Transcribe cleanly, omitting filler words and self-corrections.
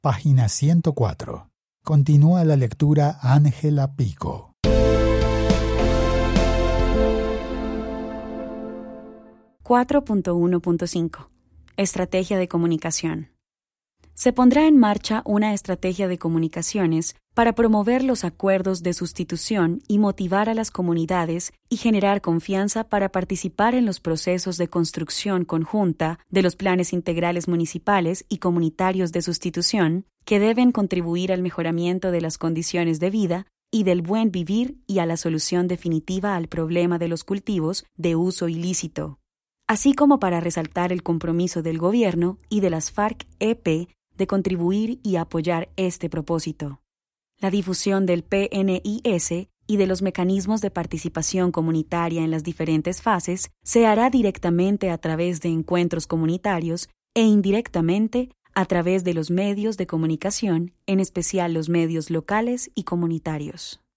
Página 104. Continúa la lectura Ángela Pico. (4.1.5) Estrategia de comunicación. Se pondrá en marcha una estrategia de comunicaciones para promover los acuerdos de sustitución y motivar a las comunidades y generar confianza para participar en los procesos de construcción conjunta de los planes integrales municipales y comunitarios de sustitución que deben contribuir al mejoramiento de las condiciones de vida y del buen vivir y a la solución definitiva al problema de los cultivos de uso ilícito, así como para resaltar el compromiso del gobierno y de las FARC-EP de contribuir y apoyar este propósito. La difusión del PNIS y de los mecanismos de participación comunitaria en las diferentes fases se hará directamente a través de encuentros comunitarios e indirectamente a través de los medios de comunicación, en especial los medios locales y comunitarios.